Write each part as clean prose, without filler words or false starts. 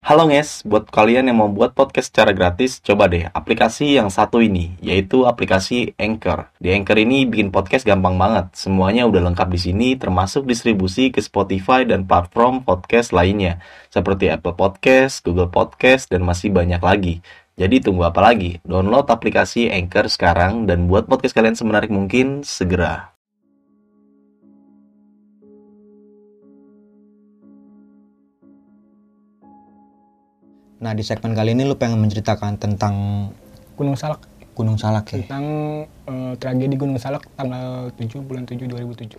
Halo guys, buat kalian yang mau buat podcast secara gratis, coba deh aplikasi yang satu ini, yaitu aplikasi Anchor. Di Anchor ini bikin podcast gampang banget. Semuanya udah lengkap di sini, termasuk distribusi ke Spotify dan platform podcast lainnya, seperti Apple Podcast, Google Podcast, dan masih banyak lagi. Jadi tunggu apa lagi? Download aplikasi Anchor sekarang dan buat podcast kalian semenarik mungkin segera. Nah, di segmen kali ini lu pengen menceritakan tentang Gunung Salak, Gunung Salak ya? tentang tragedi Gunung Salak tanggal 7 bulan 7 2007.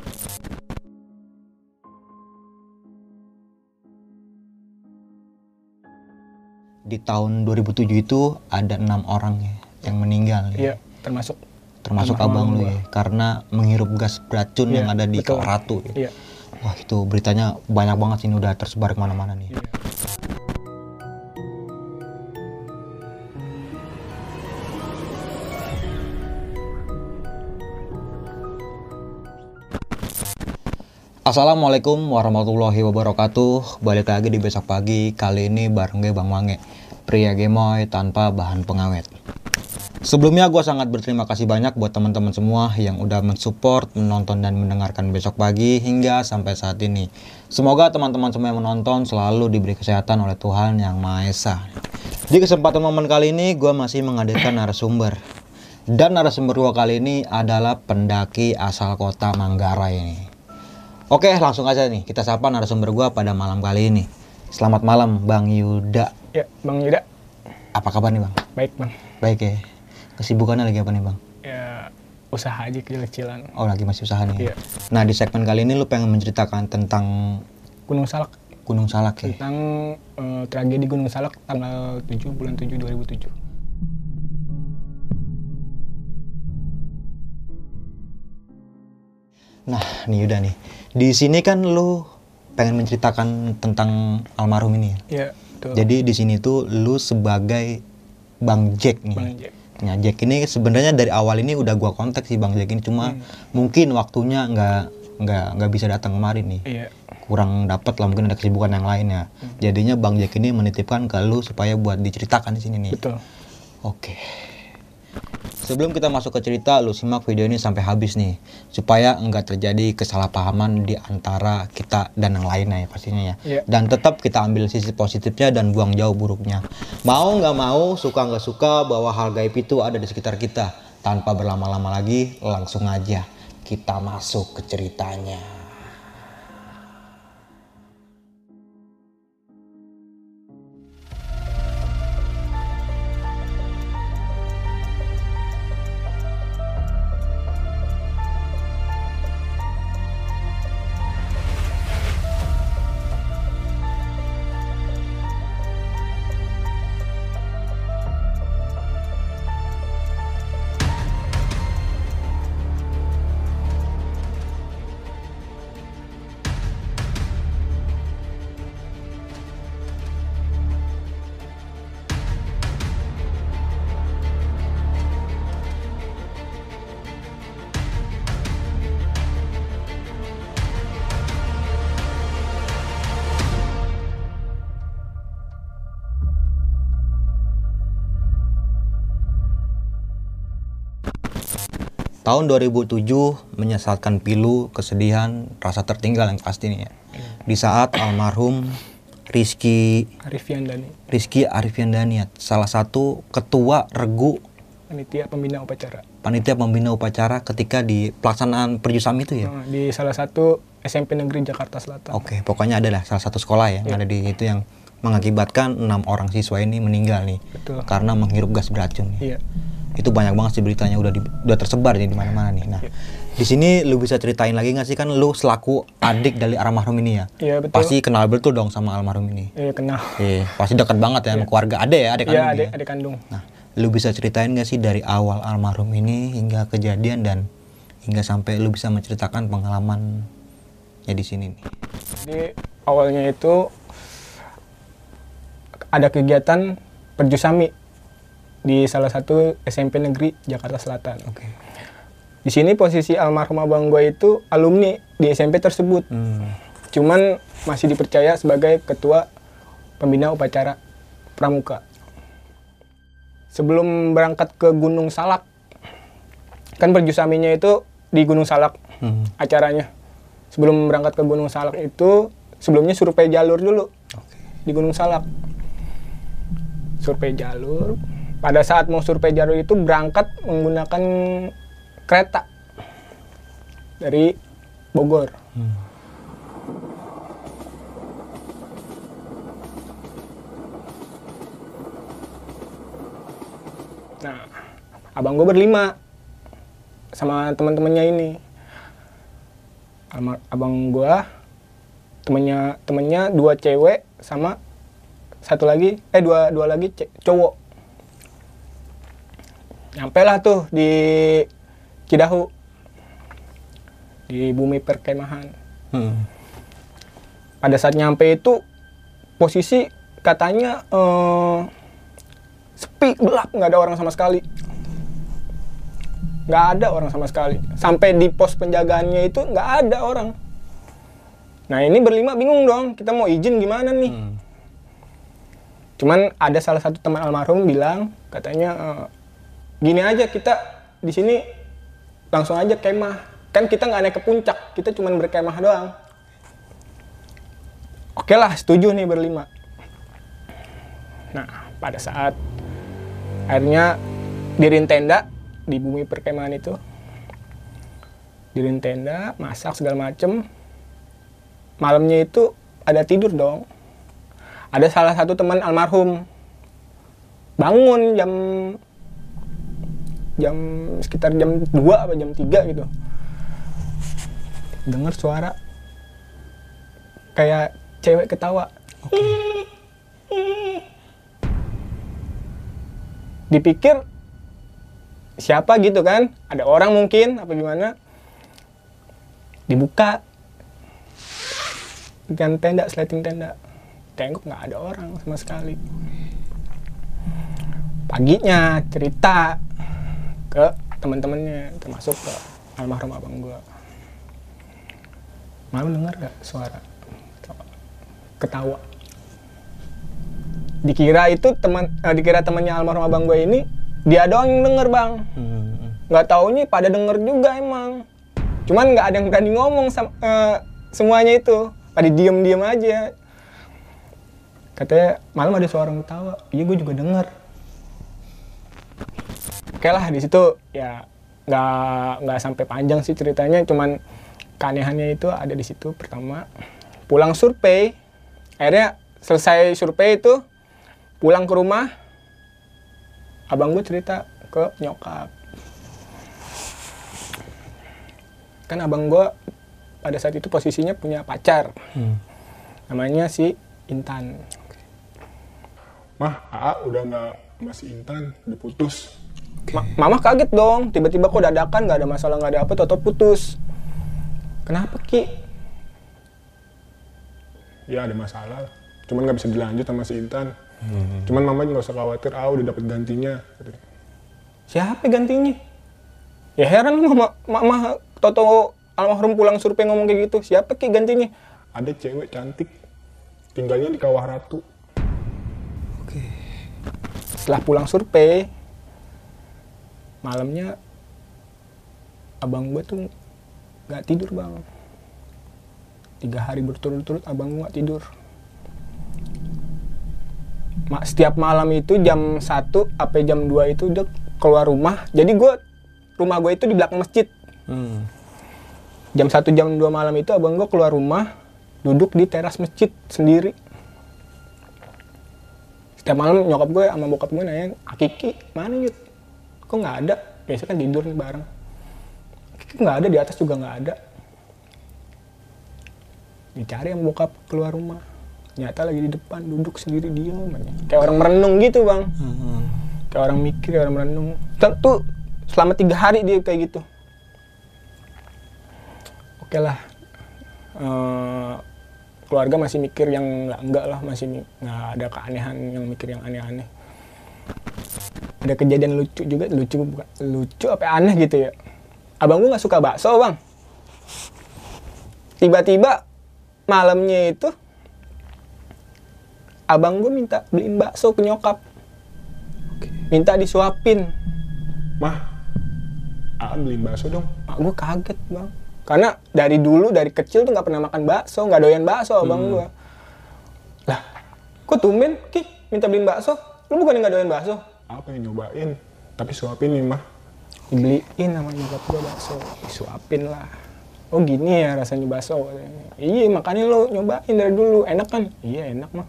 Di tahun 2007 itu ada 6 orang ya yang meninggal ya? Iya, termasuk Abang lu ya, karena menghirup gas beracun yang ada di betul. Kawah Ratu ya? Iya. Wah, itu beritanya banyak banget sih, ini udah tersebar kemana-mana nih. Iya. Assalamualaikum warahmatullahi wabarakatuh. Balik lagi di Besok Pagi. Kali ini bareng gue Bang Mange, pria gemoy tanpa bahan pengawet. Sebelumnya gue sangat berterima kasih banyak buat teman-teman semua yang udah mensupport, menonton dan mendengarkan Besok Pagi hingga sampai saat ini. Semoga teman-teman semua yang menonton selalu diberi kesehatan oleh Tuhan Yang Maha Esa. Di kesempatan momen kali ini gue masih menghadirkan narasumber. Dan narasumber gue kali ini adalah pendaki asal kota Manggarai ini. Oke, langsung aja nih kita sapa narasumber gue pada malam kali ini. Selamat malam Bang Yuda. Ya, Bang Yuda. Apa kabar nih Bang? Baik, Bang. Baik ya. Kesibukannya lagi apa nih Bang? Ya, usaha aja kecil-kecilan. Oh, lagi masih usaha nih. Iya. Nah, di segmen kali ini lu pengen menceritakan tentang Gunung Salak, Gunung Salak ya? tentang tragedi Gunung Salak tanggal 7 bulan 7 2007. Nah, nih Yuda nih. Di sini kan lu pengen menceritakan tentang almarhum ini ya? Iya, betul. Jadi di sini tuh lu sebagai Bang Jack nih. Bang Jack. Nah, Jack ini sebenarnya dari awal ini udah gua kontak sih Bang Jack ini, cuma mungkin waktunya nggak bisa datang kemarin nih. Iya. Kurang dapat lah, mungkin ada kesibukan yang lainnya. Jadinya Bang Jack ini menitipkan ke lu supaya buat diceritakan di sini nih. Betul. Oke. Sebelum kita masuk ke cerita, lu simak video ini sampai habis nih, supaya nggak terjadi kesalahpahaman di antara kita dan yang lainnya ya pastinya ya. Iya. Dan tetap kita ambil sisi positifnya dan buang jauh buruknya. Mau nggak mau, suka nggak suka, bahwa hal gaib itu ada di sekitar kita. Tanpa berlama-lama lagi, langsung aja kita masuk ke ceritanya. Tahun 2007 menyesalkan pilu, kesedihan, rasa tertinggal yang pasti nih ya. Di saat almarhum Rizky Arifian Dani, salah satu ketua regu panitia pembina upacara ketika di pelaksanaan Perjusami itu ya. di salah satu SMP Negeri Jakarta Selatan. Oke, pokoknya adalah salah satu sekolah ya, yang ada di itu yang mengakibatkan 6 orang siswa ini meninggal nih. Betul. Karena menghirup gas beracun nih. Iya. Itu banyak banget sih beritanya, udah tersebar nih di mana-mana nih. Nah, di sini lu bisa ceritain lagi nggak sih, kan lu selaku adik dari almarhum ini ya? Iya, betul. Pasti kenal betul dong sama almarhum ini. Iya, kenal. Iya, pasti dekat banget ya sama keluarga. Ada ya, adik Iya, kandung ya? adik kandung. Nah, lu bisa ceritain nggak sih dari awal almarhum ini hingga kejadian dan hingga sampai lu bisa menceritakan pengalaman ya di sini nih? Jadi awalnya itu ada kegiatan Perjusami di salah satu SMP Negeri Jakarta Selatan. Oke. Di sini posisi almarhum abang gue itu alumni di SMP tersebut. Cuman masih dipercaya sebagai ketua pembina upacara pramuka. Sebelum berangkat ke Gunung Salak, kan Perjusaminya itu di Gunung Salak acaranya. Sebelum berangkat ke Gunung Salak itu, sebelumnya survei jalur dulu di Gunung Salak. Survei jalur. Pada saat mau survei jalur itu berangkat menggunakan kereta dari Bogor. Nah, abang gue berlima sama teman-temannya ini. Abang gue, temennya 2 cewek sama dua lagi cowok. Nyampe lah tuh di Cidahu, di bumi perkemahan. Pada saat nyampe itu posisi katanya sepi, gelap, nggak ada orang sama sekali. Nggak ada orang sama sekali. Sampai di pos penjagaannya itu nggak ada orang. Nah ini berlima bingung dong, kita mau izin gimana nih? Cuman ada salah satu teman almarhum bilang, katanya gini aja, kita di sini langsung aja kemah. Kan kita nggak naik ke puncak, kita cuma berkemah doang. Oke lah, setuju nih berlima. Nah, pada saat akhirnya diriin tenda di bumi perkemahan itu. Diriin tenda, masak segala macem. Malamnya itu ada tidur dong. Ada salah satu teman almarhum bangun sekitar jam 2 atau jam 3 gitu. Dengar suara kayak cewek ketawa. Dipikir siapa gitu kan? Ada orang mungkin apa gimana? Dibuka dengan tenda, sleting tenda. Tengok nggak ada orang sama sekali. Paginya cerita ke teman-temannya, termasuk ke almarhum abang gua. Malam dengar gak suara ketawa? Dikira temannya almarhum abang gua ini dia doang yang denger bang. Nggak taunya pada denger juga emang. Cuman nggak ada yang berani ngomong semuanya itu. Pada diem aja. Katanya malam ada suara ketawa. Iya gue juga denger. Oke lah di situ ya nggak sampai panjang sih ceritanya. Cuman keanehannya itu ada di situ. Pertama pulang survei. Akhirnya selesai survei itu pulang ke rumah. Abang gue cerita ke nyokap. Kan abang gue pada saat itu posisinya punya pacar. Namanya si Intan. Mah, AA udah nggak masih Intan, udah putus. Mama kaget dong, tiba-tiba kok dadakan, nggak ada masalah, nggak ada apa, tau-tau putus. Kenapa Ki? Ya ada masalah, cuman nggak bisa dilanjut sama si Intan. Cuman mama nggak usah khawatir, AA udah dapet gantinya. Siapa gantinya? Ya heran mama tau-tau almarhum pulang survei ngomong kayak gitu. Siapa Ki gantinya? Ada cewek cantik, tinggalnya di Kawah Ratu. Setelah pulang survei, malamnya abang gue tuh nggak tidur bang. 3 hari berturut-turut abang gue nggak tidur. Setiap malam itu jam 1 sampai jam 2 itu udah keluar rumah. Jadi rumah gue itu di belakang masjid. Jam 1 jam 2 malam itu abang gue keluar rumah, duduk di teras masjid sendiri. Setiap malam nyokap gue sama bokap gue nanya, Akiki mana Yud? Kok nggak ada? Biasanya kan tidur nih bareng. Akiki nggak ada, di atas juga nggak ada. Dicari sama bokap keluar rumah. Nyata lagi di depan, duduk sendiri diam aja. Kayak orang merenung gitu bang. Kayak orang mikir, kayak orang merenung. Tuh selama 3 hari dia kayak gitu. Oke lah. Keluarga masih mikir yang enggak lah, masih nggak ada keanehan, yang mikir yang aneh-aneh. Ada kejadian lucu juga, lucu apa aneh gitu ya. Abang gue nggak suka bakso bang. Tiba-tiba malamnya itu abang gue minta beliin bakso ke nyokap. Minta disuapin. Mah, beliin bakso dong. Mak gue kaget bang. Karena dari dulu, dari kecil tuh gak pernah makan bakso, gak doyan bakso abang gue. Lah, kok tumben Ki minta beliin bakso? Lu bukan gak doyan bakso? Apa yang nyobain? Tapi suapin nih mah. Dibeliin sama nyokap gue bakso, disuapin lah. Oh gini ya rasanya bakso. Iya makanya lo nyobain dari dulu, enak kan? Iya enak mah.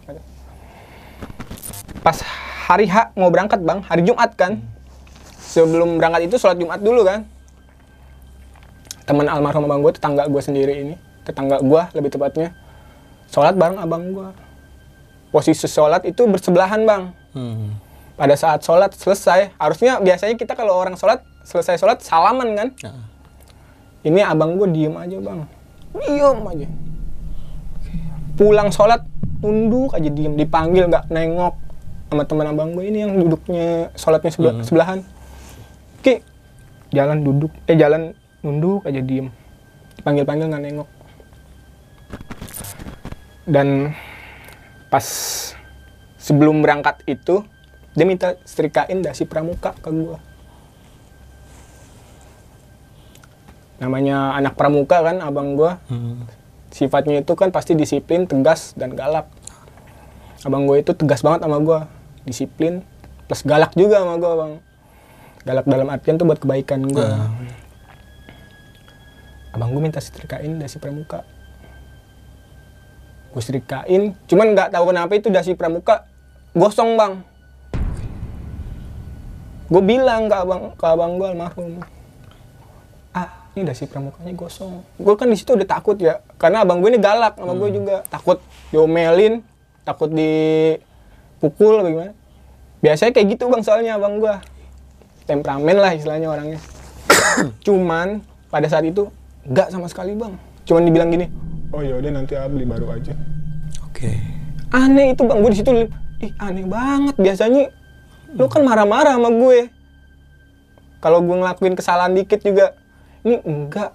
Pas hari H mau berangkat bang, hari Jumat kan? Sebelum berangkat itu sholat Jumat dulu kan? Teman almarhum abang gue, tetangga gue sendiri ini, tetangga gue lebih tepatnya, sholat bareng abang gue. Posisi sholat itu bersebelahan bang. Pada saat sholat selesai, harusnya biasanya kita kalau orang sholat, selesai sholat salaman kan? Ini abang gue diem aja bang, diem aja. Pulang sholat, tunduk aja diem, dipanggil nggak nengok sama teman abang gue ini yang duduknya sholatnya sebelahan. Ki, jalan duduk, jalan nunduk aja diem, dipanggil-panggil nggak nengok. Dan pas sebelum berangkat itu, dia minta setrikain dasi pramuka ke gue. Namanya anak pramuka kan abang gue, sifatnya itu kan pasti disiplin, tegas, dan galak. Abang gue itu tegas banget sama gue, disiplin, plus galak juga sama gue bang. Galak dalam artian tuh buat kebaikan gue. Abang gue minta setrikain dasi pramuka. Gue setrikain, cuman nggak tahu kenapa itu dasi pramuka gosong bang. Gue bilang ke abang gue almarhum, ini dasi pramukanya gosong. Gue kan di situ udah takut ya, karena abang gue ini galak sama gue juga, takut diomelin, takut dipukul apa gimana. Biasanya kayak gitu bang, soalnya abang gue temperamen lah istilahnya orangnya. Cuman pada saat itu nggak sama sekali bang, cuman dibilang gini, oh yaudah nanti beli baru aja. Aneh itu bang, gue di situ, aneh banget. Biasanya lu kan marah-marah sama gue kalau gue ngelakuin kesalahan dikit juga, ini enggak.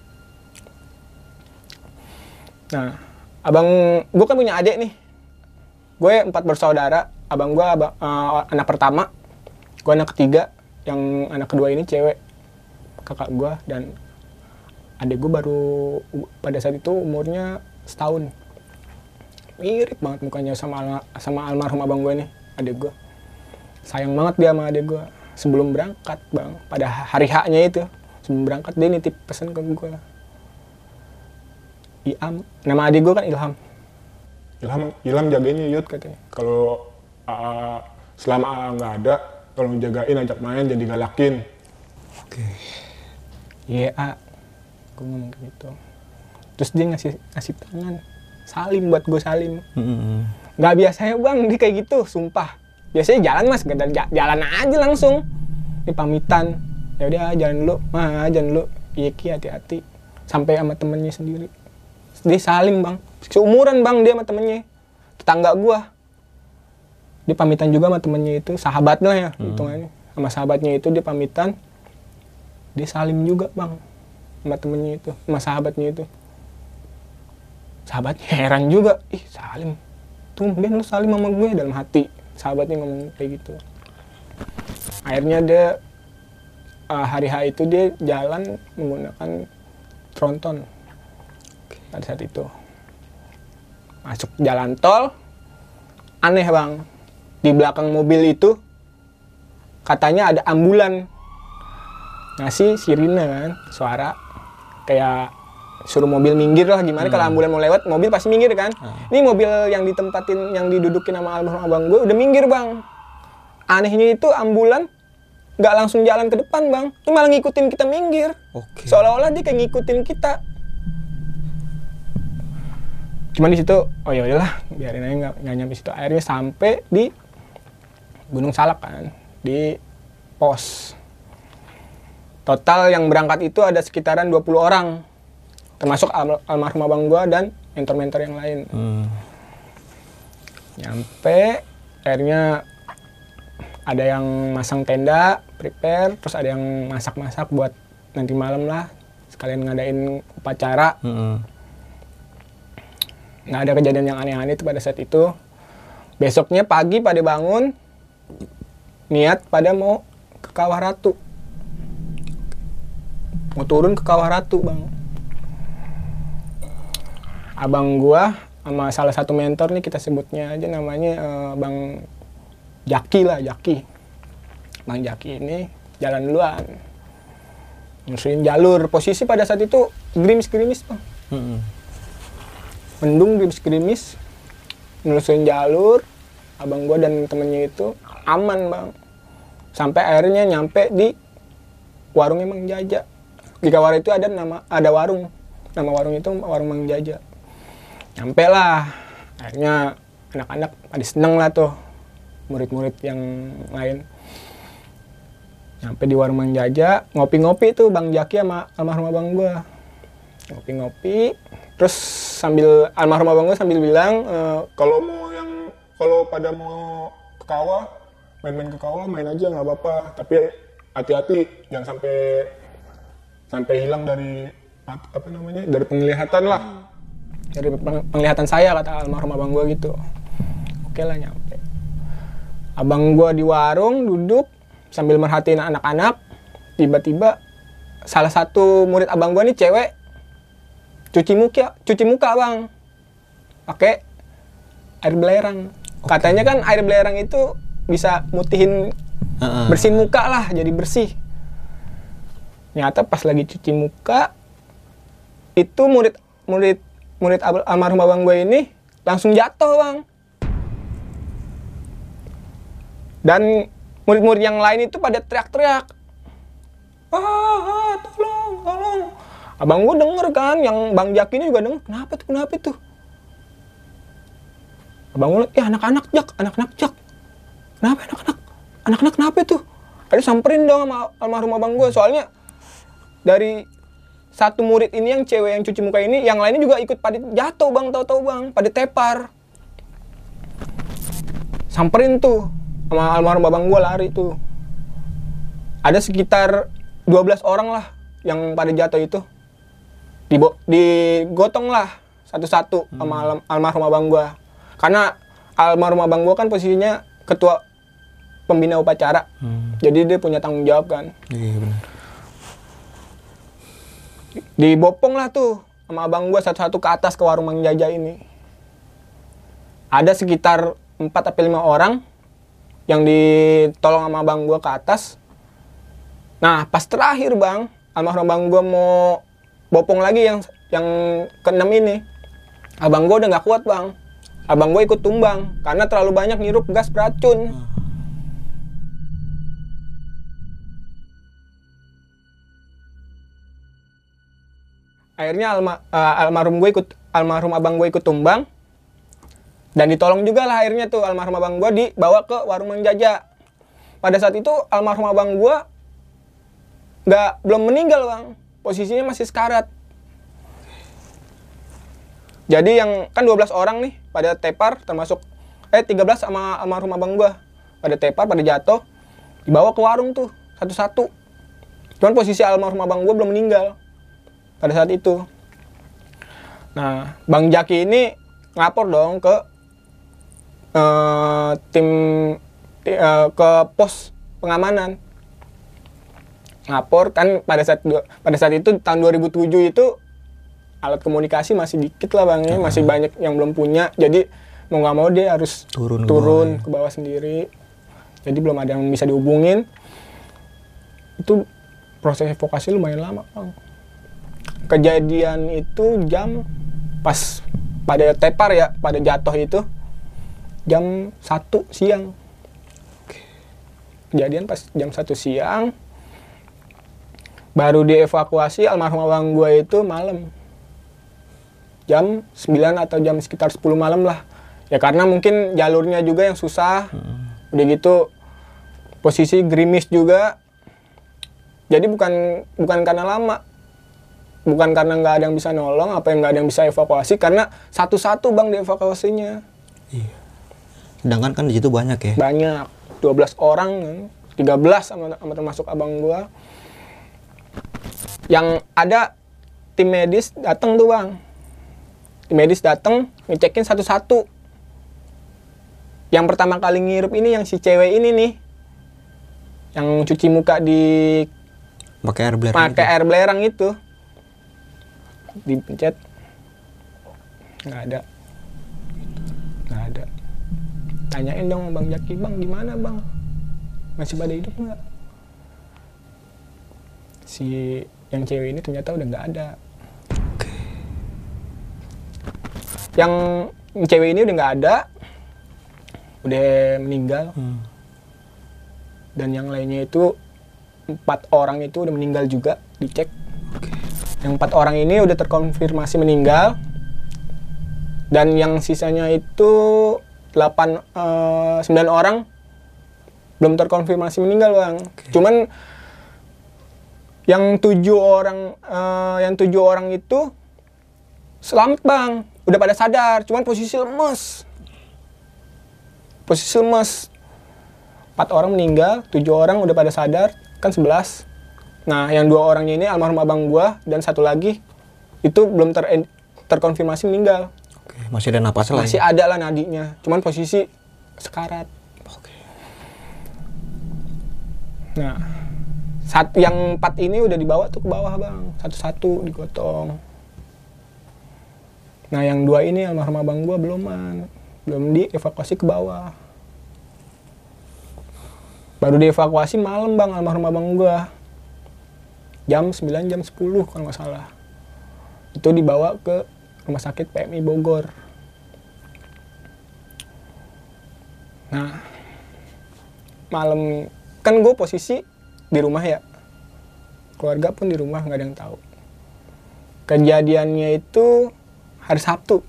Nah, abang gue kan punya adik nih, gue 4 bersaudara. Abang gue anak pertama, gue anak ketiga, yang anak kedua ini cewek, kakak gue, dan adik gue baru pada saat itu umurnya setahun. Mirip banget mukanya sama almarhum abang gue nih, adik gue. Sayang banget dia sama adik gue. Sebelum berangkat bang, pada hari H-nya itu, sebelum berangkat dia nitip pesan ke gue. Nama adik gue kan Ilham. Ilham jagainnya Yud Katanya. Kalau selama nggak ada, kalau jagain ajak main jadi galakin. Iya, gue ngomong gitu. Terus dia ngasih tangan, salim buat gue, salim. Nggak biasanya bang dia kayak gitu, sumpah. Biasanya jalan mas, jalan aja langsung. Ini pamitan, ya udah jalan dulu, jalan dulu. Iya Ki, hati-hati. Sampai sama temennya sendiri. Dia salim bang, seumuran bang dia sama temennya, tetangga gue. Dia pamitan juga sama temennya itu, sahabatnya ya hitungannya. Sama sahabatnya itu dia pamitan, dia salim juga bang sama temennya itu, sama sahabatnya itu. Sahabatnya heran juga, salim, tumben lu salim sama gue, dalam hati sahabatnya ngomong kayak gitu. Akhirnya dia hari H itu dia jalan menggunakan tronton pada saat itu. Masuk jalan tol, aneh bang, di belakang mobil itu katanya ada ambulan ngasih sirine kan, suara kayak suruh mobil minggir lah gimana. Kalau ambulan mau lewat, mobil pasti minggir kan. Ini mobil yang ditempatin, yang didudukin sama almarhum abang gue udah minggir bang. Anehnya itu ambulan nggak langsung jalan ke depan bang, ini malah ngikutin kita minggir. Seolah-olah dia kayak ngikutin kita. Cuman di situ, oh ya udahlah, biarin aja, nggak nyampe situ. Akhirnya sampai di Gunung Salak kan, di pos. Total yang berangkat itu ada sekitaran 20 orang. Termasuk almarhum abang gua dan mentor-mentor yang lain. Nyampe, akhirnya ada yang masang tenda, prepare, terus ada yang masak-masak buat nanti malam lah, sekalian ngadain upacara. Nggak ada kejadian yang aneh-aneh itu pada saat itu. Besoknya pagi pada bangun, niat pada mau ke Kawah Ratu. Mau turun ke Kawah Ratu, Bang. Abang gua sama salah satu mentor nih, kita sebutnya aja namanya Bang Jaki lah, Jaki. Bang Jaki ini jalan duluan. Nyusuin jalur. Posisi pada saat itu gerimis-gerimis, Bang. Mendung, gerimis-gerimis. Nyusuin jalur. Abang gua dan temennya itu aman, Bang. Sampai akhirnya nyampe di warungnya Mang Jaja. Di Kawah itu ada warung. Nama warung itu warung Mang Jaja. Nyampe lah. Akhirnya anak-anak pada seneng lah tuh. Murid-murid yang lain. Nyampe di warung Mang Jaja, ngopi-ngopi tuh Bang Jaki sama almarhum abang gua. Ngopi-ngopi, terus sambil almarhum abang gua sambil bilang, kalau pada mau ke kawah, main-main ke kawah, main aja nggak apa-apa. Tapi hati-hati, jangan sampai hilang dari dari penglihatan lah. Dari penglihatan saya, kata almarhum abang gua gitu. Oke lah, nyampe. Abang gua di warung duduk sambil merhatiin anak-anak. Tiba-tiba salah satu murid abang gua nih cewek cuci muka Bang, pakai air belerang. Katanya kan air belerang itu bisa mutihin, bersihin muka lah, jadi bersih. Nyata pas lagi cuci muka itu murid almarhum abang gue ini langsung jatuh, Bang. Dan murid-murid yang lain itu pada teriak-teriak, tolong. Abang gue denger kan, yang Bang Jaki ini juga denger, kenapa tuh? Abang gue, anak-anak Jak. Kenapa anak-anak kenapa tuh? Tadi samperin dong sama almarhum abang gue, soalnya dari satu murid ini yang cewek yang cuci muka ini, yang lainnya juga ikut pada jatuh, Bang, tahu-tahu Bang, pada tepar. Samperin tuh sama almarhum abang gue, lari tuh. Ada sekitar 12 orang lah yang pada jatuh itu. Digotong lah satu-satu sama almarhum abang gue. Karena almarhum abang gue kan posisinya ketua pembina upacara. Jadi dia punya tanggung jawab kan. Iya benar. Dibopong lah tuh sama abang gue satu-satu ke atas ke warung Mang Jaja ini. Ada sekitar 4 atau 5 orang yang ditolong sama abang gue ke atas. Nah pas terakhir, Bang, almarhum abang gue mau bopong lagi yang ke-6 ini. Abang gue udah gak kuat, Bang. Abang gue ikut tumbang karena terlalu banyak ngirup gas beracun. Akhirnya almarhum abang gue ikut tumbang, dan ditolong juga lah akhirnya tuh almarhum abang gue dibawa ke warung Mang Jaja. Pada saat itu almarhum abang gue belum meninggal, Bang, posisinya masih sekarat. Jadi yang kan 12 orang nih pada tepar, termasuk 13 sama almarhum abang gue pada tepar, pada jatuh, dibawa ke warung tuh satu-satu. Cuman posisi almarhum abang gue belum meninggal pada saat itu. Nah, Bang Jaki ini ngapor dong ke ke pos pengamanan. Ngapor kan pada saat itu tahun 2007 itu alat komunikasi masih dikit lah, Bang, masih banyak yang belum punya. Jadi mau nggak mau dia harus turun ke bawah sendiri. Jadi belum ada yang bisa dihubungin. Itu proses evakuasi lumayan lama, Bang. Kejadian itu jam pas pada tepar ya, pada jatuh itu jam 1 siang. Kejadian pas jam 1 siang. Baru dievakuasi almarhum abang gue itu malam. Jam 9 atau jam sekitar 10 malam lah. Ya karena mungkin jalurnya juga yang susah. Udah gitu posisi gerimis juga. Jadi bukan karena lama. Bukan karena nggak ada yang bisa nolong, apa yang nggak ada yang bisa evakuasi, karena satu-satu, Bang, dievakuasinya. Iya. Sedangkan kan di situ banyak ya? Banyak. 12 orang, 13 sama termasuk abang gua. Yang ada tim medis datang tuh, Bang. Tim medis datang ngecekin satu-satu. yang pertama kali ngirup ini yang si cewek ini nih, yang cuci muka di Pakai air belerang itu. Dipencet, nggak ada. Tanyain dong Bang Jaki, Bang gimana Bang, masih pada hidup nggak? Si yang cewek ini ternyata udah nggak ada. Yang cewek ini udah nggak ada, udah meninggal. Dan yang lainnya itu 4 orang itu udah meninggal juga, dicek. Yang 4 orang ini udah terkonfirmasi meninggal. Dan yang sisanya itu 9 orang belum terkonfirmasi meninggal Bang. Cuman yang 7 orang itu selamat Bang, udah pada sadar, cuman posisi lemes. 4 orang meninggal, 7 orang udah pada sadar, kan 11. Nah, yang 2 orangnya ini almarhum abang gua dan 1 lagi itu belum terkonfirmasi meninggal. Oke, masih ada napas lah. Masih ada lah nadinya, cuman posisi sekarat. Oke. Nah, yang 4 ini udah dibawa tuh ke bawah Bang, satu-satu digotong. Nah, yang 2 ini almarhum abang gua belum dievakuasi ke bawah. Baru dievakuasi malam Bang, almarhum abang gua. Jam 9, jam 10 kalau nggak salah. Itu dibawa ke rumah sakit PMI Bogor. Nah, malam kan gue posisi di rumah ya. Keluarga pun di rumah, nggak ada yang tahu. Kejadiannya itu hari Sabtu.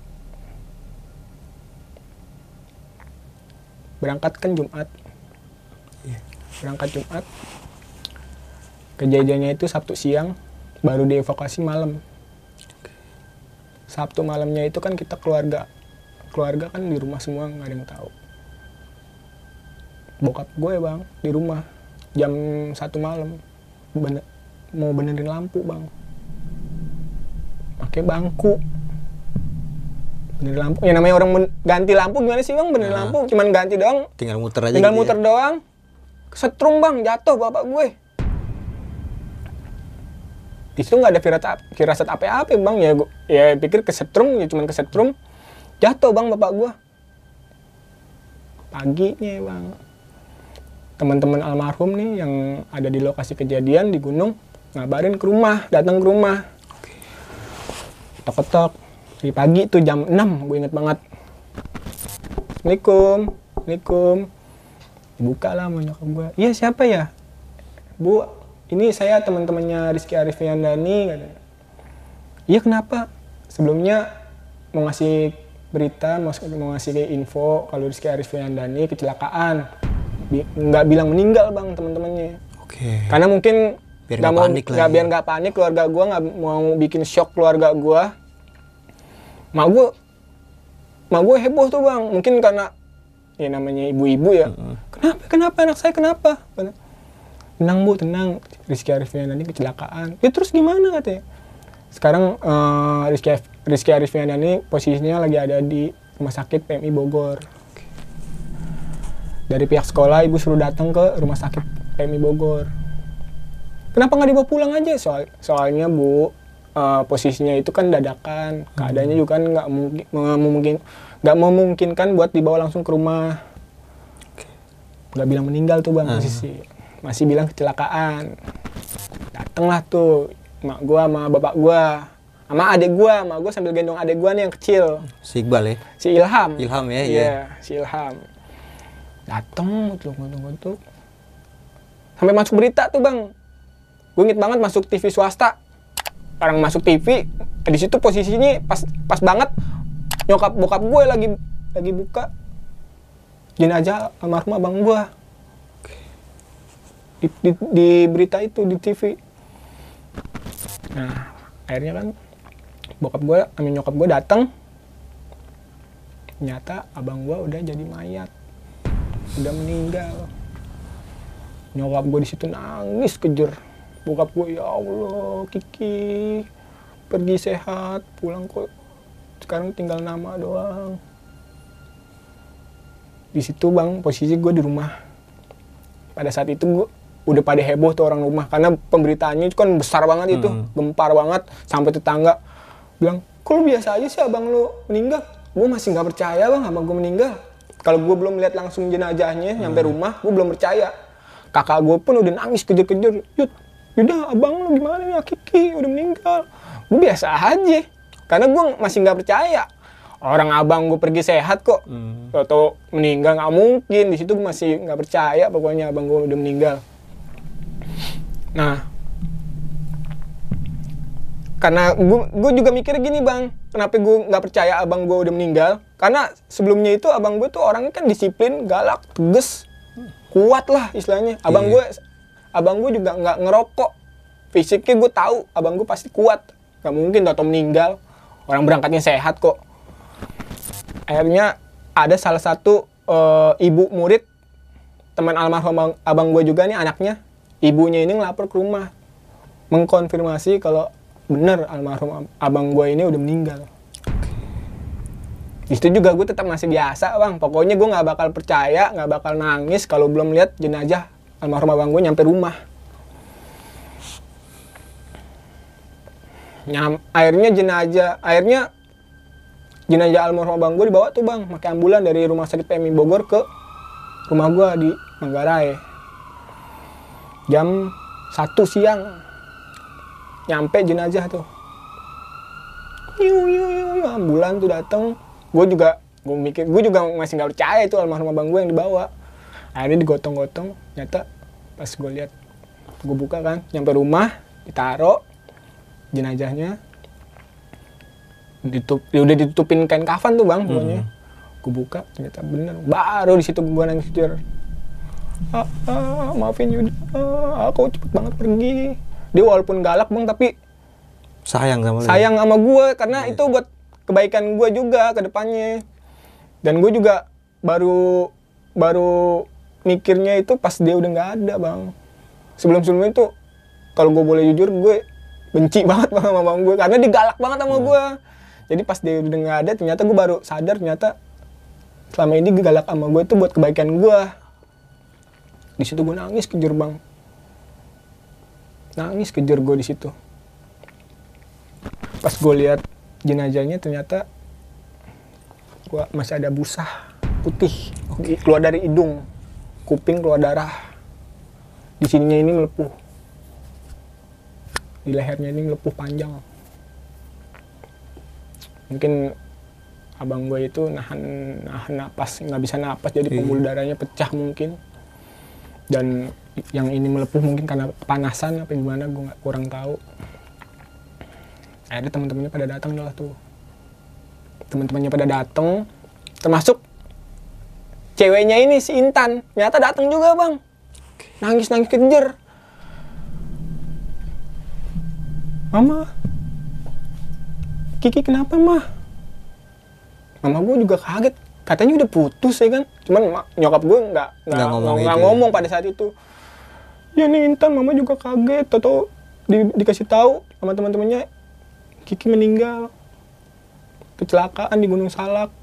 Berangkat kan Jumat. Berangkat Jumat. Kejadiannya itu Sabtu siang, baru dievakuasi malam. Sabtu malamnya itu kan kita keluarga kan di rumah semua, nggak ada yang tahu. Bokap gue Bang di rumah jam 1 malam mau benerin lampu Bang, pakai bangku benerin lampu. Ya namanya orang ganti lampu gimana sih Bang, benerin lampu cuman ganti doang, tinggal muter aja. tinggal muter doang. Kesetrum Bang, jatuh bapak gue. Di situ nggak ada firasat apa-apa Bang, ya pikir kesetrum, ya cuman kesetrum, jatuh Bang bapak gue. Paginya Bang, teman-teman almarhum nih yang ada di lokasi kejadian di gunung ngabarin ke rumah, datang ke rumah. Ketok-ketok di pagi tuh jam 6, gue inget banget. Assalamualaikum. Dibuka lah sama nyokap gue. Iya siapa ya? Bu, ini saya teman-temannya Rizky Arifiandani katanya. Iya kenapa? Sebelumnya mau ngasih berita, mau ngasih info kalau Rizky Arifiandani kecelakaan. Nggak bilang meninggal Bang teman-temannya. Oke. Karena mungkin biar nggak panik keluarga gue, nggak mau bikin shock keluarga gue. Mak gue heboh tuh Bang, mungkin karena ya namanya ibu-ibu ya. Kenapa anak saya kenapa? Tenang Bu, tenang. Rizky Arifiandani kecelakaan. Ya terus gimana katanya? Sekarang Rizky Arifiandani posisinya lagi ada di rumah sakit PMI Bogor. Dari pihak sekolah ibu suruh datang ke rumah sakit PMI Bogor. Kenapa nggak dibawa pulang aja? Soalnya Bu, posisinya itu kan dadakan. Keadaannya juga kan nggak memungkinkan buat dibawa langsung ke rumah. Nggak bilang meninggal tuh Bang posisi. Masih bilang kecelakaan. Datanglah tuh mak gua sama bapak gua sama adik gua. Mak gua sambil gendong adik gua nih yang kecil. Si Iqbal ya? Si Ilham. Ilham ya? Iya, si Ilham. Datang tuh. Sampai masuk berita tuh Bang. Gue inget banget masuk TV swasta. Orang masuk TV, di situ posisinya pas banget nyokap bokap gue lagi buka jenazah almarhum abang gue. Di berita itu di TV. Nah, akhirnya kan nyokap gue datang. Ternyata abang gue udah jadi mayat. Udah meninggal. Nyokap gue di situ nangis kejer. Bokap gue, ya Allah, Kiki pergi sehat, pulang kok sekarang tinggal nama doang. Di situ bang, posisi gue di rumah. Pada saat itu gue udah pada heboh tuh orang rumah, karena pemberitaannya itu kan besar banget itu, gempar banget, sampai tetangga bilang, kok lu biasa aja sih abang lu meninggal? Gue masih nggak percaya bang, abang gue meninggal. Kalau gue belum lihat langsung jenazahnya nyampe rumah, gue belum percaya. Kakak gue pun udah nangis kejar-kejar, Yuda abang lu gimana nih, Kiki udah meninggal. Gue biasa aja, karena gue masih nggak percaya. Orang abang gue pergi sehat kok, atau meninggal nggak mungkin. Di situ gue masih nggak percaya, pokoknya abang gue udah meninggal. Nah, karena gue juga mikir gini bang, kenapa gue nggak percaya abang gue udah meninggal? Karena sebelumnya itu abang gue tuh orangnya kan disiplin, galak, tegas, kuat lah istilahnya. Abang gue juga nggak ngerokok. Fisiknya gue tahu, abang gue pasti kuat. Nggak mungkin tau meninggal. Orang berangkatnya sehat kok. Akhirnya ada salah satu ibu murid teman almarhum abang gue juga nih, anaknya, ibunya ini ngelapor ke rumah mengkonfirmasi kalau benar almarhum abang gue ini udah meninggal. Di situ juga gue tetap masih biasa bang, pokoknya gue nggak bakal percaya, nggak bakal nangis kalau belum lihat jenazah almarhum abang gue nyampe rumah. Akhirnya jenazah almarhum abang gue dibawa tuh bang, pakai ambulan dari rumah sakit PMI Bogor ke rumah gue di Manggarai. Jam 1 siang nyampe jenazah tuh. Ambulan tuh datang. Gue juga masih nggak percaya itu almarhum abang gue yang dibawa. Akhirnya digotong-gotong. Nyata pas gue lihat, gue buka kan, nyampe rumah ditaro jenazahnya. Udah ditutupin kain kafan tuh bang, pokoknya. Gue buka, ternyata bener. Baru di situ gue nangis jujur. Maafin Yuda, aku cepet banget pergi. Dia walaupun galak bang, tapi sayang sama gue, karena itu buat kebaikan gue juga ke depannya. Dan gue juga baru mikirnya itu pas dia udah nggak ada bang. Sebelumnya itu, kalau gue boleh jujur, gue benci banget bang sama bang gue, karena dia galak banget sama gue. Jadi pas dia udah nggak ada, ternyata gue baru sadar ternyata selama ini galak sama gue itu buat kebaikan gue. Di situ gue nangis kejer bang, gue di situ. Pas gue lihat jenazahnya ternyata gue masih ada busa putih keluar dari hidung, kuping keluar darah, di sininya ini melepuh, di lehernya ini melepuh panjang. Mungkin abang gue itu nahan napas, nggak bisa napas, jadi pembuluh darahnya pecah mungkin. Dan yang ini melepuh mungkin karena panasan apa gimana, gue kurang tahu. Akhirnya teman-temannya pada datang lah tuh. Teman-temannya pada datang, termasuk ceweknya ini si Intan, ternyata datang juga bang. Nangis kejer. Mama, Kiki kenapa mah? Mama gue juga kaget, katanya udah putus ya kan. Cuman nyokap gue nggak ngomong pada saat itu. Ya nih Intan, mama juga kaget. Atau dikasih tahu sama teman-temannya Kiki meninggal, kecelakaan di Gunung Salak.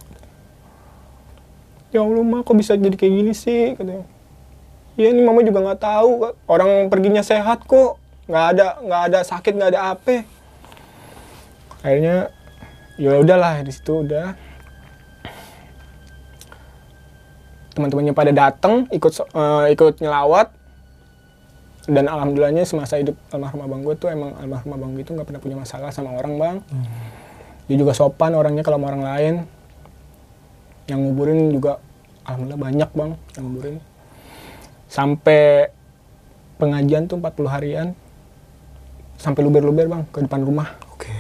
Ya Allah mah, kok bisa jadi kayak gini sih katanya. Ya ini mama juga nggak tahu, orang perginya sehat kok, nggak ada sakit, nggak ada apa. Akhirnya ya udahlah, di situ udah teman-temannya pada datang ikut nyelawat. Dan alhamdulillahnya semasa hidup almarhum abang gue tuh emang almarhum abang gue itu nggak pernah punya masalah sama orang bang. Dia juga sopan orangnya kalau sama orang lain. Yang nguburin juga alhamdulillah banyak bang yang nguburin. Sampai pengajian tuh 40 harian. Sampai luber-luber bang ke depan rumah.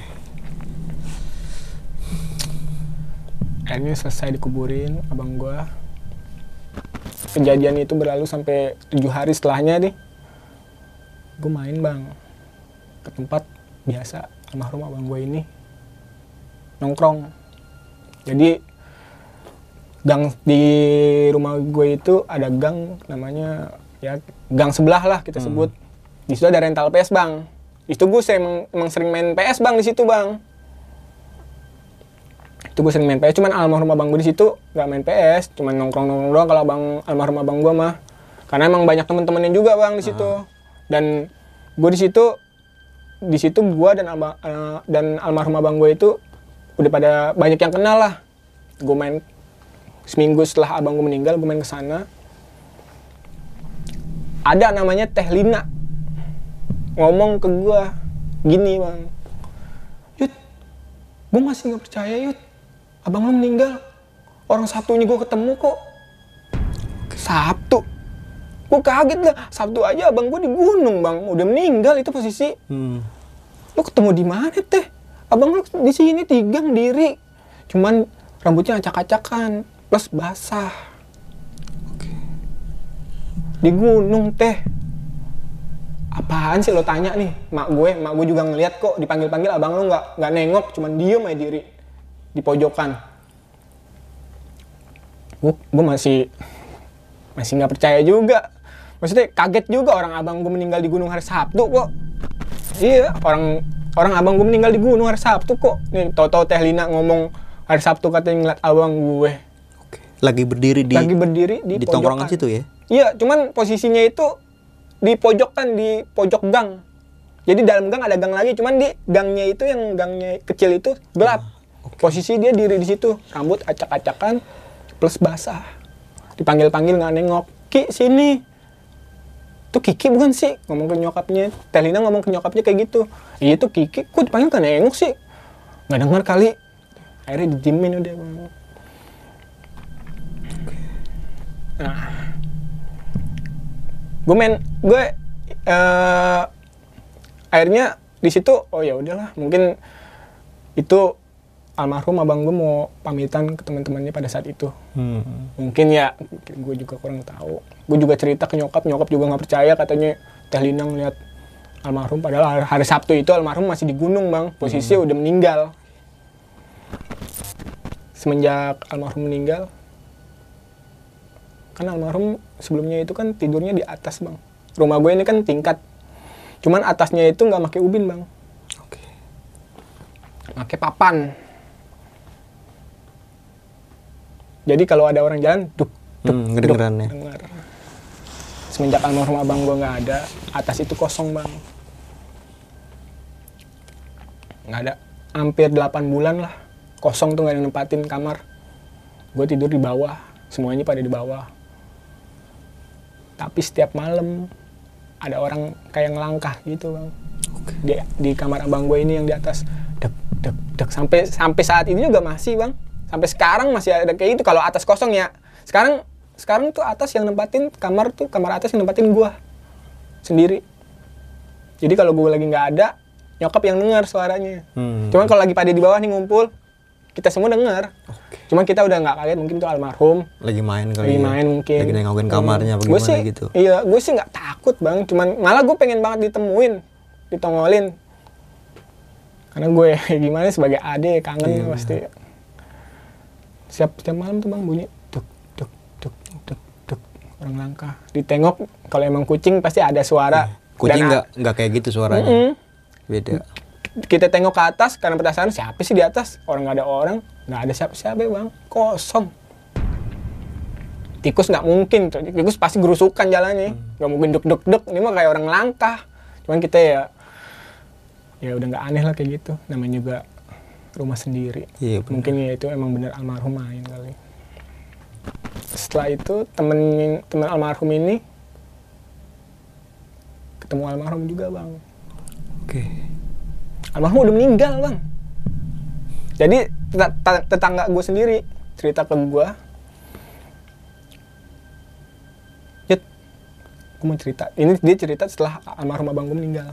Akhirnya selesai dikuburin abang gue. Kejadian itu berlalu sampai 7 hari setelahnya nih. Gue main bang ke tempat biasa almarhum abang gue ini nongkrong. Jadi gang di rumah gue itu ada gang namanya ya gang sebelah lah kita sebut. Di situ ada rental PS bang. Di situ gue emang sering main PS bang di situ bang. Itu gue sering main PS, cuman almarhum abang gue di situ nggak main PS, cuman nongkrong doang kalau almarhum abang gue mah. Karena emang banyak temen-temennya juga bang di situ. Dan gue di situ gue dan almarhum abang gue itu udah pada banyak yang kenal lah. Gue main seminggu setelah abang gue meninggal, gue main ke sana. Ada namanya Teh Lina ngomong ke gue gini bang, Yud, gue masih nggak percaya Yud, abang lo meninggal. Orang Sabtunya gue ketemu kok. Sabtu? Gue kaget lah, Sabtu aja abang gue di gunung bang, udah meninggal itu posisi. Lo ketemu di mana Teh? Abang lo di sini tigang diri, cuman rambutnya acak-acakan, plus basah. Di gunung Teh. Apaan sih lo tanya nih? Mak gue juga ngeliat kok, dipanggil-panggil abang lo nggak nengok, cuman diem aja diri di pojokan. Gue masih nggak percaya juga. Maksudnya kaget juga orang abang gue meninggal di gunung hari Sabtu kok. Iya, orang abang gue meninggal di gunung hari Sabtu kok. Nih, tau-tau Teh Lina ngomong hari Sabtu katanya ngeliat abang gue. Lagi berdiri di tongkrongan situ ya? Iya, cuman posisinya itu di pojok gang. Jadi dalam gang ada gang lagi, cuman di gangnya itu yang gangnya kecil itu gelap. Posisi dia diri di situ, rambut acak-acakan plus basah. Dipanggil-panggil nggak nengok. Ki sini. Tuh Kiki bukan sih? Ngomong ke nyokapnya. Teh Lina ngomong ke nyokapnya kayak gitu. Iya tuh Kiki, kok dipanggil nggak nengok sih? Nggak dengar kali. Akhirnya dijamin udah. Nah, gue akhirnya di situ, oh ya udahlah, mungkin itu almarhum abang gue mau pamitan ke teman-temannya pada saat itu. Mungkin ya, gue juga kurang tahu. Gue juga cerita ke nyokap juga nggak percaya, katanya Teh Lina ngeliat almarhum, padahal hari Sabtu itu almarhum masih di gunung bang, posisinya udah meninggal. Semenjak almarhum meninggal, kan almarhum sebelumnya itu kan tidurnya di atas bang. Rumah gue ini kan tingkat, cuman atasnya itu nggak pakai ubin bang, pakai papan. Jadi kalau ada orang jalan, duk, ngedengeran ya. Semenjak almarhum abang gue nggak ada, atas itu kosong bang, nggak ada. Hampir 8 bulan lah, kosong tuh nggak ada nempatin kamar. Gue tidur di bawah, semuanya pada di bawah. Tapi setiap malam ada orang kayak ngelangkah gitu bang. Di kamar abang gue ini yang di atas, dek dek dek, sampai saat ini juga masih bang. Sampai sekarang masih ada kayak itu kalau atas kosong ya. Sekarang tuh atas yang nempatin kamar atas yang nempatin gue sendiri. Jadi kalau gue lagi nggak ada, nyokap yang dengar suaranya. Cuman kalau lagi pada di bawah nih ngumpul, kita semua dengar. Cuman kita udah nggak kaget, mungkin tuh almarhum lagi main mungkin. Lagi nengokin kamarnya bagaimana gitu. Iya, gue sih nggak takut bang. Cuman malah gue pengen banget ditemuin, ditongolin. Karena gue gimana sebagai adik kangen pasti. Setiap malam tuh bang bunyi duk duk duk duk duk, orang langkah. Ditengok kalau emang kucing pasti ada suara. Kucing nggak kayak gitu suaranya. Beda. Kita tengok ke atas karena penasaran siapa sih di atas. Orang nggak ada orang, nggak ada siapa-siapa bang, kosong. Tikus nggak mungkin, tikus pasti gerusukan jalannya, nggak mungkin duk duk duk. Ini mah kayak orang langkah. Cuman kita ya udah nggak aneh lah kayak gitu. Namanya juga rumah sendiri. Iya, mungkin ya itu emang bener almarhum main kali. Setelah itu temen almarhum ini ketemu almarhum juga bang. Almarhum udah meninggal bang. Jadi tetangga gue sendiri cerita ke gue, Yud, gue mau cerita. Ini dia cerita setelah almarhum abang gue meninggal.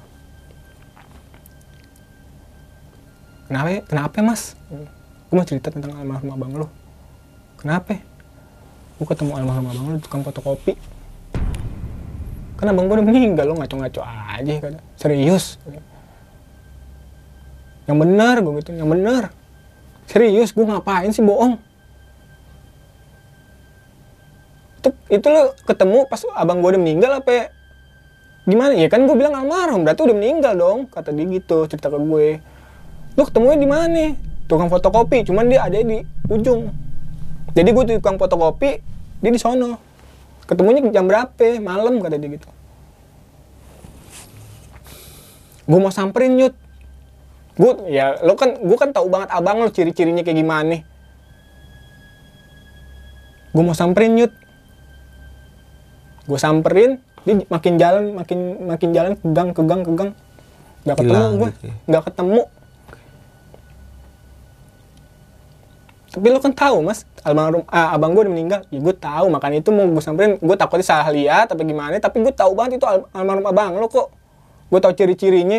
Kenapa mas? Gue mau cerita tentang almarhum abang lo. Kenapa? Gue ketemu almarhum abang lo di tukang fotokopi. Kan abang gue udah meninggal, lo ngaco-ngaco aja kata. Serius? Yang benar gue gitu, yang benar. Serius, gue ngapain sih bohong? Itu lo ketemu pas abang gue udah meninggal apa? Gimana? Ya kan gue bilang almarhum, berarti udah meninggal dong. Kata dia gitu, cerita ke gue. Lo ketemunya di mana? tukang fotokopi, cuman dia ada di ujung. Jadi gue tukang fotokopi, dia di sono. Ketemunya jam berapa? Malam kata dia gitu. Gue mau samperin Nyut. Gue kan tahu banget abang lo ciri-cirinya kayak gimana. Gue mau samperin Nyut. Gue samperin, dia makin jalan ke gang. Gak ketemu gue, gitu. Gak ketemu. Tapi lo kan tahu mas, abang gue udah meninggal. Ya gue tahu, makanya itu mau gue samperin. Gue takutnya salah lihat apa gimana, tapi gue tahu banget itu almarhum abang lo kok. Gue tahu ciri-cirinya.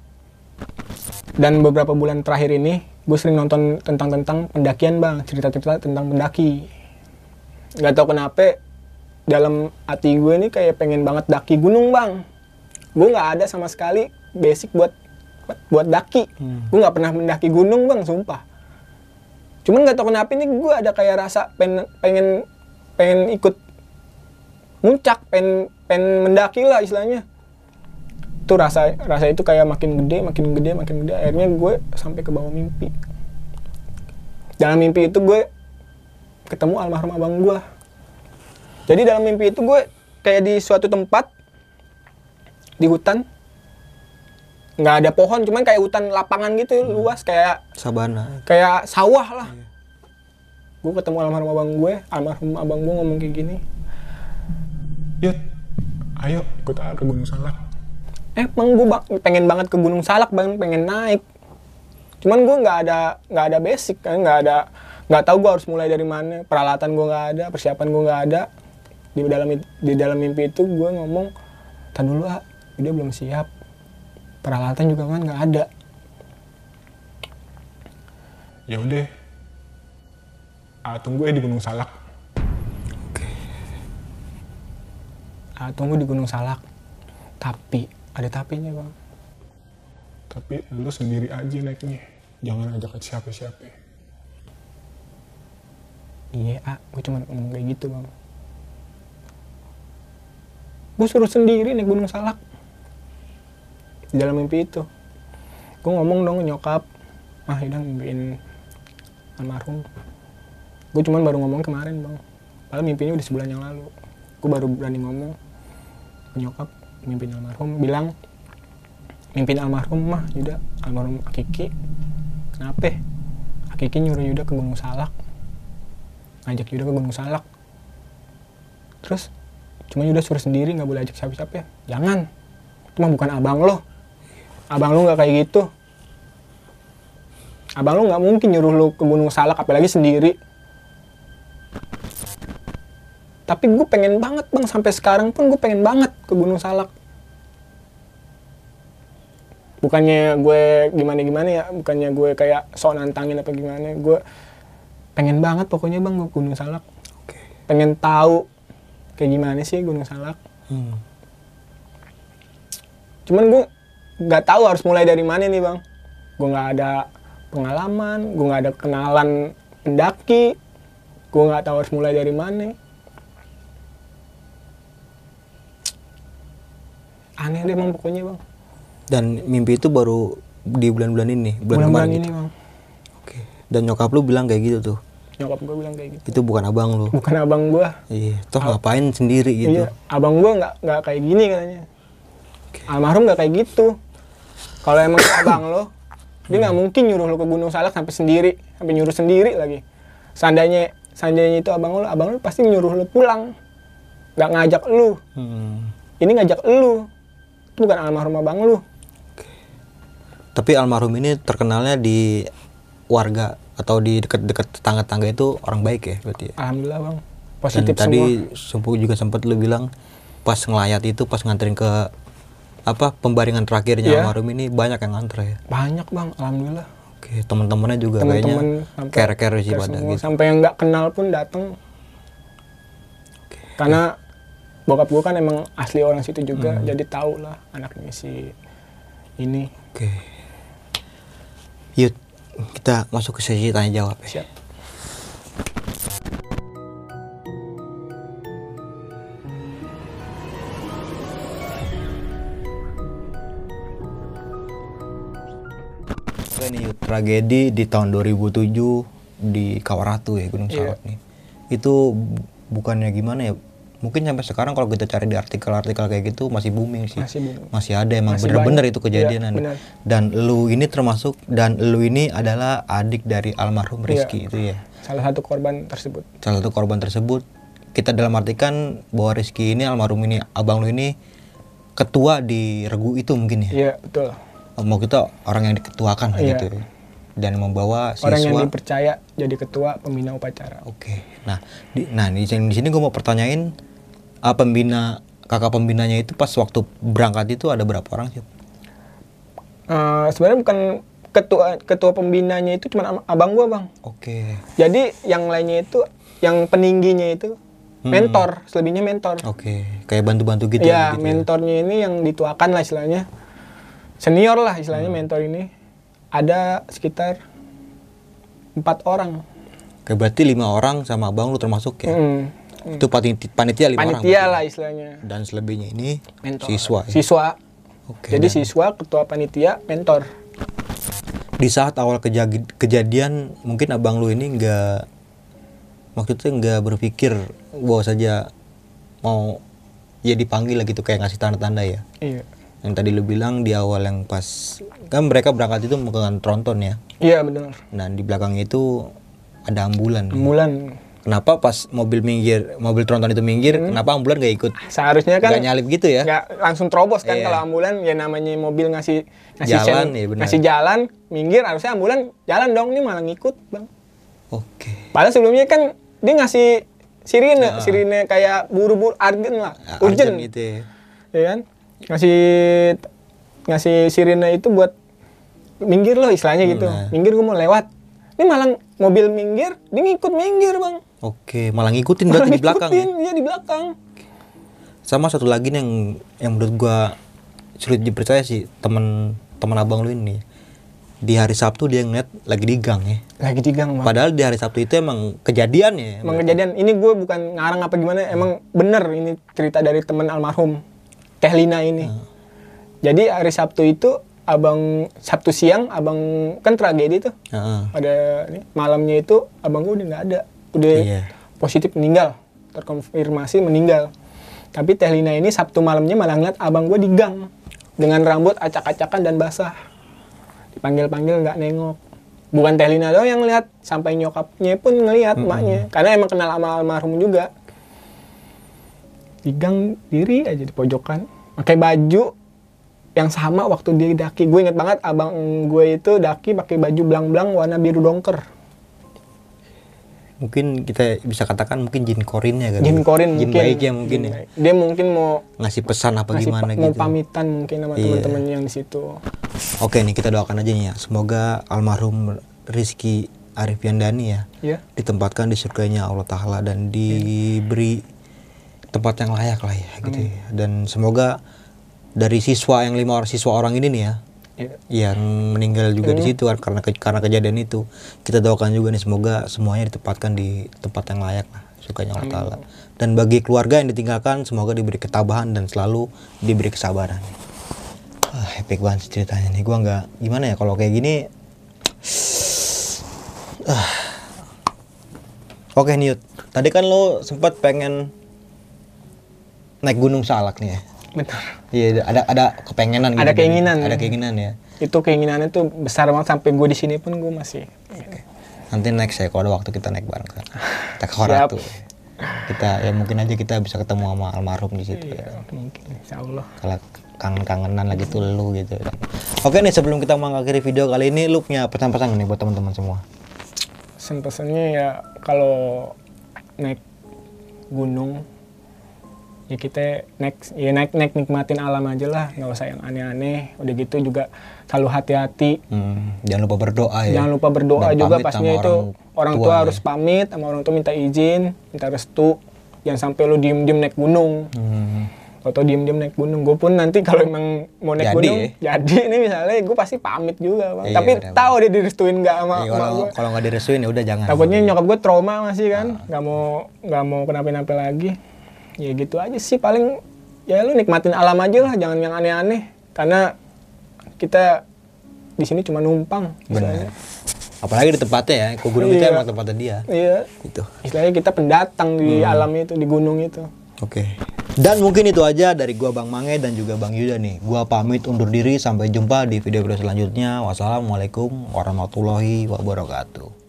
Dan beberapa bulan terakhir ini, gue sering nonton tentang pendakian bang, cerita-cerita tentang pendaki. Gak tahu kenapa, dalam hati gue ini kayak pengen banget daki gunung bang. Gue nggak ada sama sekali basic buat daki. Gue nggak pernah mendaki gunung bang, sumpah. Cuman nggak tahu kenapa ini gue ada kayak rasa pengen ikut muncak, pengen mendaki lah istilahnya. Tuh rasa itu kayak makin gede. Akhirnya gue sampai ke bawah mimpi. Dalam mimpi itu gue ketemu almarhum abang gue. Jadi dalam mimpi itu gue kayak di suatu tempat di hutan, nggak ada pohon, cuman kayak hutan lapangan gitu, luas kayak sabana, kayak sawah lah. Gue ketemu almarhum abang gue ngomong kayak gini, Yud, ayo ikut ke Gunung Salak. Emang gue pengen banget ke Gunung Salak bang, pengen naik. Cuman gue nggak ada basic kan, nggak tahu gue harus mulai dari mana. Peralatan gue nggak ada, persiapan gue nggak ada. Di dalam mimpi itu gue ngomong, "Tan dulu dia belum siap. Peralatan juga kan nggak ada." Ya udah, tunggu di Gunung Salak. Tunggu di Gunung Salak. Tapi ada tapinya bang. Tapi lu sendiri aja naiknya, jangan ajak siapa-siapa. Iya, gue cuma ngomong kayak gitu bang. Gue suruh sendiri naik Gunung Salak. Di dalam mimpi itu. Gue ngomong dong ke nyokap, Hidang mimpiin almarhum. Gue cuma baru ngomong kemarin bang. Padahal mimpinya udah sebulan yang lalu. Gue baru berani ngomong ke nyokap, mimpiin almarhum. Bilang, mimpiin almarhum mah, Yuda, almarhum Akiki. Kenapa? Akiki nyuruh Yuda ke Gunung Salak. Ngajak Yuda ke Gunung Salak. Terus cuma Yuda suruh sendiri, nggak boleh ajak siapa-siapa ya. Jangan, itu mah bukan abang lo. Abang lo nggak kayak gitu. Abang lo nggak mungkin nyuruh lo ke Gunung Salak, apalagi sendiri. Tapi gue pengen banget bang, sampai sekarang pun gue pengen banget ke Gunung Salak. Bukannya gue gimana ya, bukannya gue kayak sok nantangin apa gimana. Gue pengen banget pokoknya bang ke Gunung Salak. Pengen tahu kayak gimana sih Gunung Salak. Cuman gue nggak tahu harus mulai dari mana nih bang. Gue nggak ada pengalaman, gue nggak ada kenalan pendaki, gue nggak tahu harus mulai dari mana. Aneh deh bang pokoknya bang. Dan mimpi itu baru di bulan-bulan ini, bulan-bulan ini gitu. Bang. Oke. Dan nyokap lu bilang kayak gitu tuh. Nyokap gue bilang kayak gitu. Itu bukan abang lu. Bukan abang gue. Iya. Toh ngapain sendiri gitu? Iya. Abang gue nggak kayak gini katanya. Almarhum nggak kayak gitu. Kalau emang abang lo, dia nggak mungkin nyuruh lo ke Gunung Salak sampai nyuruh sendiri lagi. Seandainya itu abang lo pasti nyuruh lo pulang, nggak ngajak lo. Ini ngajak lo, itu bukan almarhum abang lo. Tapi almarhum ini terkenalnya di warga atau di dekat-dekat tetangga-tetangga itu orang baik ya berarti ya? Alhamdulillah bang, positif. Dan tadi juga sempat lu bilang pas ngelayat itu, pas nganterin ke pembaringan terakhirnya almarhum ini banyak yang nganter ya? Banyak bang, alhamdulillah. Oke, teman-temannya juga kayaknya care-care sih pada gitu. Sampai yang nggak kenal pun datang. Karena bokap gue kan emang asli orang situ juga, jadi tahu lah anaknya si ini. Oke. Yuk, kita masuk ke sesi tanya jawab ya. Siap. Oke nih, tragedi di tahun 2007 di Kawaratu ya, Gunung Salak nih. Itu bukannya gimana ya? Mungkin sampai sekarang kalau kita cari di artikel-artikel kayak gitu masih booming sih. Masih ada emang bener-bener itu kejadian. Iya, dan lu ini adalah adik dari almarhum Rizky itu ya. Salah satu korban tersebut. Kita dalam artikan bahwa Rizky ini almarhum ini, abang lu ini ketua di regu itu mungkin ya. Iya, betul. Mau kita orang yang diketuakan gitu ya. Dan membawa siswa orang yang dipercaya jadi ketua pembina upacara. Oke. Nah, di sini gue mau pertanyain kakak pembinanya itu pas waktu berangkat itu ada berapa orang sih? Sebenarnya bukan ketua pembinanya itu cuma abang gua, Bang. Oke. Jadi yang lainnya itu, yang peningginya itu mentor, selebihnya mentor. Oke. Kayak bantu-bantu gitu ya? Gitu mentornya ini yang dituakan lah istilahnya. Senior lah istilahnya mentor ini. Ada sekitar 4 orang. Oke, berarti 5 orang sama abang lu termasuk ya? Itu panitia 5 orang. Panitia lah istilahnya. Dan selebihnya ini mentor. Siswa. Ya? Siswa. Oke. Jadi siswa, ketua panitia, mentor. Di saat awal kejadian mungkin abang lu ini nggak berpikir bahwa saja mau ya dipanggil lah gitu, kayak ngasih tanda-tanda ya. Iya. Yang tadi lu bilang di awal yang pas kan mereka berangkat itu dengan tronton ya. Iya, benar. Nah, di belakangnya itu ada ambulan. Kenapa pas mobil tronton itu minggir, kenapa ambulan gak ikut? Seharusnya kan gak nyalip gitu ya? Gak langsung terobos kan. Kalau ambulan ya namanya mobil ngasih jalan, ngasih jalan, minggir, harusnya ambulan jalan dong, ini malah ngikut, Bang. Oke. Padahal sebelumnya kan dia ngasih sirine kayak buru-buru urgent gitu ya. Ya kan? Ngasih sirine itu buat minggir loh istilahnya gitu. Minggir, gue mau lewat. Ini malah mobil minggir, dia ngikut minggir, Bang. Oke, malah ngikutin berarti di belakang. Iya, di belakang. Sama satu lagi yang menurut gua sulit dipercaya sih, teman abang lu ini. Di hari Sabtu dia ngeliat lagi di gang ya. Lagi di gang, Bang. Padahal di hari Sabtu itu emang kejadian ya. Emang kejadian. Ini gue bukan ngarang apa gimana, emang bener ini cerita dari teman almarhum Teh Lina ini. Jadi hari Sabtu itu Sabtu siang abang kan tragedi tuh. Pada malamnya itu abang gue udah nggak ada, udah positif meninggal, terkonfirmasi meninggal. Tapi Teh Lina ini Sabtu malamnya malah ngeliat abang gue di gang dengan rambut acak-acakan dan basah. Dipanggil-panggil nggak nengok. Bukan Teh Lina doang yang ngeliat, sampai nyokapnya pun ngeliat emaknya, karena emang kenal sama almarhum juga. Di gang diri aja di pojokan, pakai baju yang sama waktu dia daki. Gue inget banget abang gue itu daki pakai baju belang-belang warna biru dongker. Mungkin kita bisa katakan mungkin jin korinnya kan. Jin korin jin mungkin. Baiknya mungkin ya. Dia mungkin mau ngasih pesan apa gimana gitu. Mau pamitan mungkin sama teman-temannya yang di situ. Oke nih, kita doakan aja nih ya. Semoga almarhum Rizky Arifiandani ya ditempatkan di surganya Allah Ta'ala dan diberi tempat yang layak lah ya gitu ya. Dan semoga dari siswa orang ini nih ya, yang meninggal juga di situ karena kejadian itu, kita doakan juga nih semoga semuanya ditempatkan di tempat yang layak lah, surganya Allah Ta'ala. Dan bagi keluarga yang ditinggalkan semoga diberi ketabahan dan selalu diberi kesabaran. Epic banget ceritanya nih. Gua nggak gimana ya kalau kayak gini. Oke Niut, tadi kan lo sempat pengen naik Gunung Salak nih ya. Betul. Iya, ada kepengenan gitu. Ada keinginan ya. Itu keinginannya tuh besar banget, sampai gue di sini pun gue masih. Nanti next ya kalau ada waktu kita naik bareng kan. Kita ke Kawaratu. Kita ya mungkin aja kita bisa ketemu sama almarhum di situ. Iya, mungkin insyaallah. Kalau kangen-kangenan lagi tuh lu gitu. Oke nih, sebelum kita mengakhiri video kali ini, lu punya pesan-pesan nih buat teman-teman semua? Pesan-pesannya ya kalau naik gunung ya kita naik nikmatin alam aja lah, nggak usah yang aneh-aneh. Udah gitu juga selalu hati-hati. Jangan lupa berdoa ya. Jangan lupa berdoa juga pastinya itu. Orang tua harus pamit sama orang tua, minta izin, minta restu. Jangan sampai lu diem-diem naik gunung. Atau diem-diem naik gunung. Gue pun nanti kalau emang mau naik gunung, jadi ini misalnya gue pasti pamit juga, Bang. Tapi tahu dia direstuin nggak sama gue. Kalau nggak direstuin ya udah jangan. Takutnya nyokap gue trauma masih kan, nggak mau kenapa-napa lagi. Ya gitu aja sih, paling ya lu nikmatin alam aja lah, jangan yang aneh-aneh. Karena kita di sini cuma numpang. Benar. Apalagi di tempatnya ya, ke gunung itu emang tempatnya dia. Iya. Gitu. Istilahnya kita pendatang di alam itu, di gunung itu. Oke. Dan mungkin itu aja dari gua Bang Mange dan juga Bang Yuda nih. Gua pamit undur diri, sampai jumpa di video-video selanjutnya. Wassalamualaikum warahmatullahi wabarakatuh.